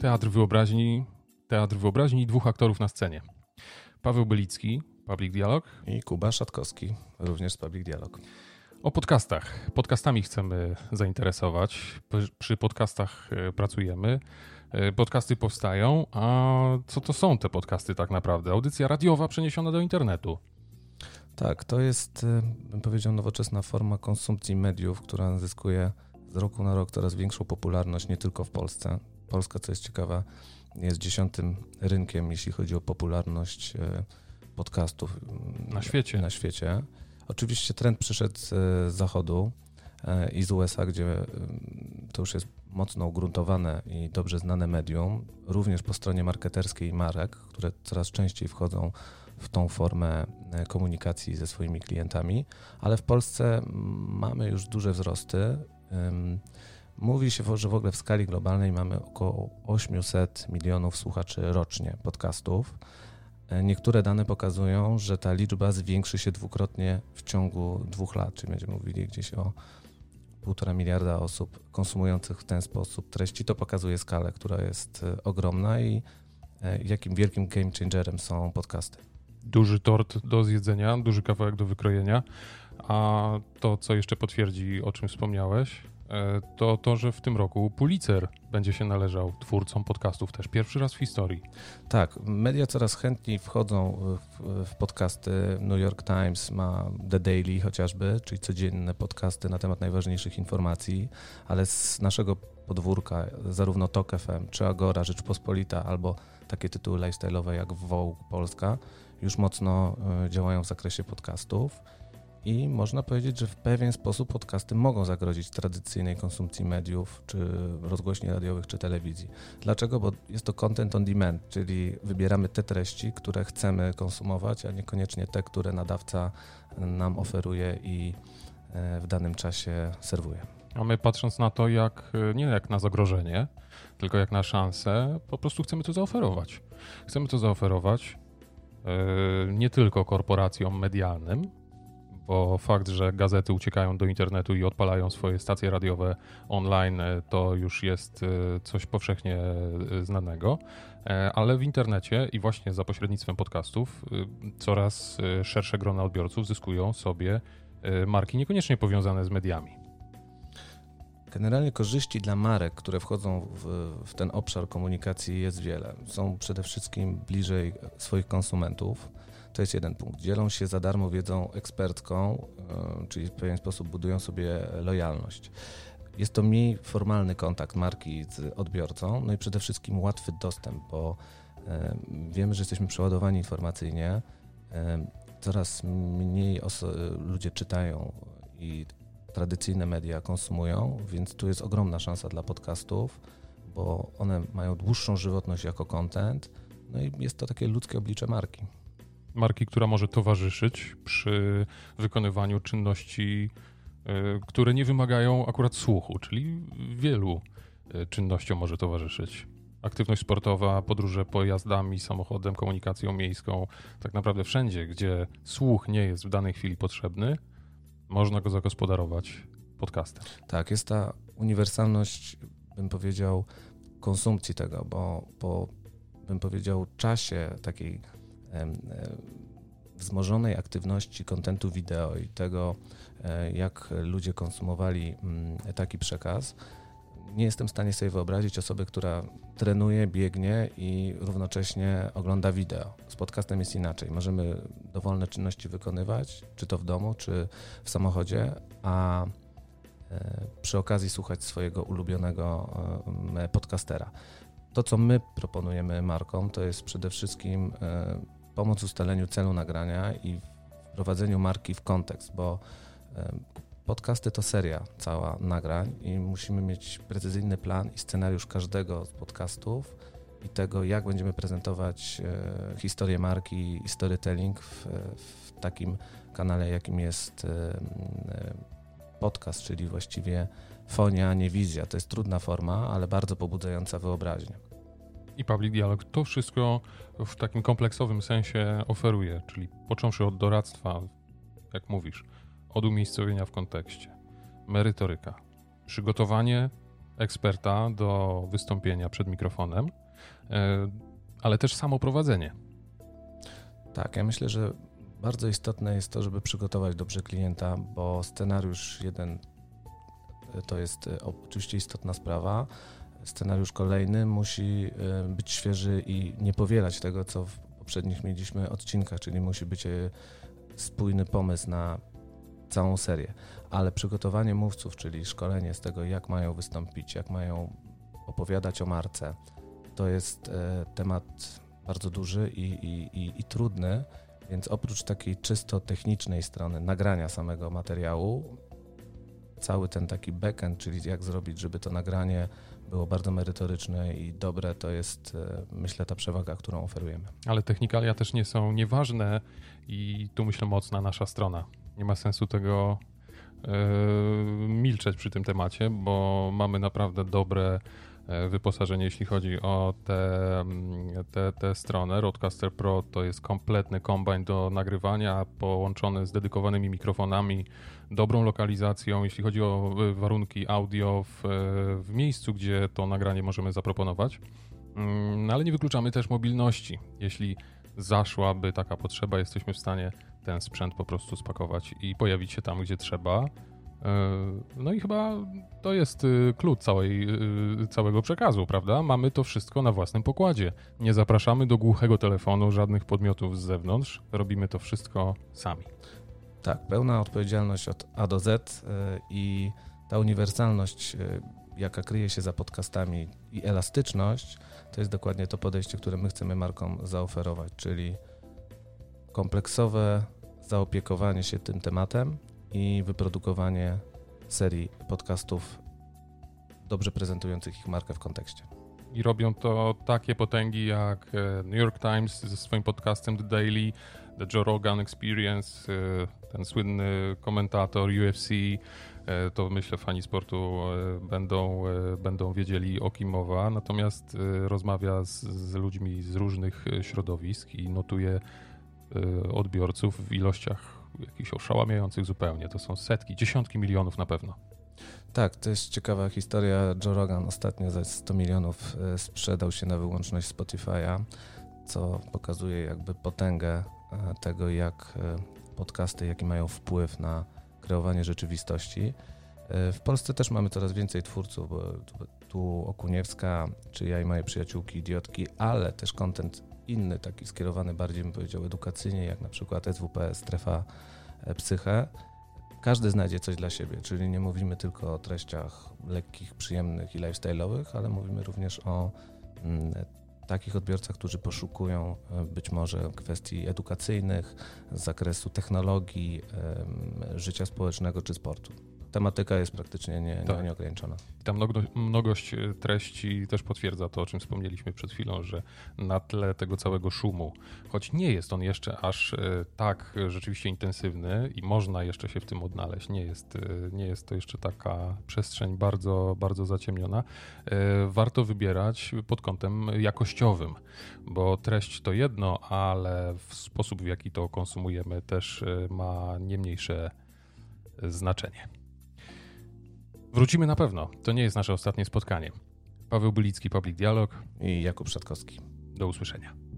Teatr wyobraźni i dwóch aktorów na scenie. Paweł Belicki, Public Dialog. I Kuba Szatkowski, również z Public Dialog. O podcastach. Podcastami chcemy zainteresować. Przy podcastach pracujemy. Podcasty powstają. A co to są te podcasty tak naprawdę? Audycja radiowa przeniesiona do internetu. Tak, to jest, bym powiedział, nowoczesna forma konsumpcji mediów, która zyskuje z roku na rok coraz większą popularność, nie tylko w Polsce. Polska, co jest ciekawe, jest 10. rynkiem, jeśli chodzi o popularność podcastów Na świecie. Oczywiście trend przyszedł z Zachodu i z USA, gdzie to już jest mocno ugruntowane i dobrze znane medium, również po stronie marketerskiej marek, które coraz częściej wchodzą w tą formę komunikacji ze swoimi klientami, ale w Polsce mamy już duże wzrosty. Mówi się, że w ogóle w skali globalnej mamy około 800 milionów słuchaczy rocznie podcastów. Niektóre dane pokazują, że ta liczba zwiększy się dwukrotnie w ciągu 2 lat, czyli będziemy mówili gdzieś o 1,5 miliarda osób konsumujących w ten sposób treści. To pokazuje skalę, która jest ogromna i jakim wielkim game changerem są podcasty. Duży tort do zjedzenia, duży kawałek do wykrojenia, a to, co jeszcze potwierdzi, o czym wspomniałeś, to to, że w tym roku Pulitzer będzie się należał twórcom podcastów też pierwszy raz w historii. Tak, media coraz chętniej wchodzą w podcasty. New York Times ma The Daily chociażby, czyli codzienne podcasty na temat najważniejszych informacji, ale z naszego podwórka zarówno Tok FM, czy Agora, Rzeczpospolita, albo takie tytuły lifestyle'owe jak Vogue Polska już mocno działają w zakresie podcastów. I można powiedzieć, że w pewien sposób podcasty mogą zagrozić tradycyjnej konsumpcji mediów, czy rozgłośni radiowych, czy telewizji. Dlaczego? Bo jest to content on demand, czyli wybieramy te treści, które chcemy konsumować, a niekoniecznie te, które nadawca nam oferuje i w danym czasie serwuje. A my, patrząc na to nie jak na zagrożenie, tylko jak na szansę, po prostu chcemy to zaoferować. Chcemy to zaoferować nie tylko korporacjom medialnym, bo fakt, że gazety uciekają do internetu i odpalają swoje stacje radiowe online, to już jest coś powszechnie znanego, ale w internecie i właśnie za pośrednictwem podcastów coraz szersze grona odbiorców zyskują sobie marki niekoniecznie powiązane z mediami. Generalnie korzyści dla marek, które wchodzą w ten obszar komunikacji jest wiele. Są przede wszystkim bliżej swoich konsumentów. To jest jeden punkt. Dzielą się za darmo wiedzą ekspercką, czyli w pewien sposób budują sobie lojalność. Jest to mniej formalny kontakt marki z odbiorcą, no i przede wszystkim łatwy dostęp, bo wiemy, że jesteśmy przeładowani informacyjnie, coraz mniej ludzie czytają i tradycyjne media konsumują, więc tu jest ogromna szansa dla podcastów, bo one mają dłuższą żywotność jako content, no i jest to takie ludzkie oblicze marki. Marki, która może towarzyszyć przy wykonywaniu czynności, które nie wymagają akurat słuchu, czyli wielu czynnościom może towarzyszyć. Aktywność sportowa, podróże pojazdami, samochodem, komunikacją miejską, tak naprawdę wszędzie, gdzie słuch nie jest w danej chwili potrzebny, można go zagospodarować podcastem. Tak, jest ta uniwersalność, bym powiedział, konsumpcji tego, bo po, bym powiedział, czasie takiej wzmożonej aktywności kontentu wideo i tego, jak ludzie konsumowali taki przekaz, nie jestem w stanie sobie wyobrazić osoby, która trenuje, biegnie i równocześnie ogląda wideo. Z podcastem jest inaczej. Możemy dowolne czynności wykonywać, czy to w domu, czy w samochodzie, a przy okazji słuchać swojego ulubionego podcastera. To, co my proponujemy markom, to jest przede wszystkim pomoc w ustaleniu celu nagrania i wprowadzeniu marki w kontekst, bo podcasty to seria cała nagrań i musimy mieć precyzyjny plan i scenariusz każdego z podcastów i tego, jak będziemy prezentować historię marki i storytelling w takim kanale, jakim jest podcast, czyli właściwie fonia, a nie wizja. To jest trudna forma, ale bardzo pobudzająca wyobraźnię. I Public Dialog to wszystko w takim kompleksowym sensie oferuje, czyli począwszy od doradztwa, jak mówisz, od umiejscowienia w kontekście, merytoryka, przygotowanie eksperta do wystąpienia przed mikrofonem, ale też samo prowadzenie. Tak, ja myślę, że bardzo istotne jest to, żeby przygotować dobrze klienta, bo scenariusz jeden to jest oczywiście istotna sprawa. Scenariusz kolejny musi być świeży i nie powielać tego, co w poprzednich mieliśmy odcinkach, czyli musi być spójny pomysł na całą serię. Ale przygotowanie mówców, czyli szkolenie z tego, jak mają wystąpić, jak mają opowiadać o marce, to jest temat bardzo duży i trudny, więc oprócz takiej czysto technicznej strony nagrania samego materiału, cały ten taki backend, czyli jak zrobić, żeby to nagranie było bardzo merytoryczne i dobre, to jest, myślę, ta przewaga, którą oferujemy. Ale technikalia też nie są nieważne i tu myślę mocna nasza strona. Nie ma sensu tego milczeć przy tym temacie, bo mamy naprawdę dobre wyposażenie, jeśli chodzi o tę stronę. Rodecaster Pro to jest kompletny kombajn do nagrywania, połączony z dedykowanymi mikrofonami, dobrą lokalizacją, jeśli chodzi o warunki audio w miejscu, gdzie to nagranie możemy zaproponować. Ale nie wykluczamy też mobilności. Jeśli zaszłaby taka potrzeba, jesteśmy w stanie ten sprzęt po prostu spakować i pojawić się tam, gdzie trzeba. No i chyba to jest klucz całego przekazu, prawda? Mamy to wszystko na własnym pokładzie. Nie zapraszamy do głuchego telefonu żadnych podmiotów z zewnątrz. Robimy to wszystko sami. Tak, pełna odpowiedzialność od A do Z i ta uniwersalność, jaka kryje się za podcastami i elastyczność, to jest dokładnie to podejście, które my chcemy markom zaoferować, czyli kompleksowe zaopiekowanie się tym tematem i wyprodukowanie serii podcastów dobrze prezentujących ich markę w kontekście. I robią to takie potęgi jak New York Times ze swoim podcastem The Daily, The Joe Rogan Experience, ten słynny komentator UFC, to myślę fani sportu będą wiedzieli, o kim mowa, natomiast rozmawia z ludźmi z różnych środowisk i notuje odbiorców w ilościach jakichś oszałamiających zupełnie. To są setki, dziesiątki milionów na pewno. Tak, to jest ciekawa historia. Joe Rogan ostatnio za 100 milionów sprzedał się na wyłączność Spotify'a, co pokazuje jakby potęgę tego, jak podcasty, jaki mają wpływ na kreowanie rzeczywistości. W Polsce też mamy coraz więcej twórców, bo tu Okuniewska, czy ja i moje przyjaciółki Idiotki, ale też content inny, taki skierowany bardziej, bym powiedział, edukacyjnie, jak na przykład SWP, Strefa Psyche. Każdy znajdzie coś dla siebie, czyli nie mówimy tylko o treściach lekkich, przyjemnych i lifestyle'owych, ale mówimy również o takich odbiorcach, którzy poszukują być może kwestii edukacyjnych, z zakresu technologii, życia społecznego czy sportu. Tematyka jest praktycznie nieograniczona. Ta mnogość treści też potwierdza to, o czym wspomnieliśmy przed chwilą, że na tle tego całego szumu, choć nie jest on jeszcze aż tak rzeczywiście intensywny i można jeszcze się w tym odnaleźć, nie jest to jeszcze taka przestrzeń bardzo, bardzo zaciemniona, warto wybierać pod kątem jakościowym, bo treść to jedno, ale sposób, w jaki to konsumujemy, też ma nie mniejsze znaczenie. Wrócimy na pewno. To nie jest nasze ostatnie spotkanie. Paweł Bylicki, Public Dialog i Jakub Szatkowski. Do usłyszenia.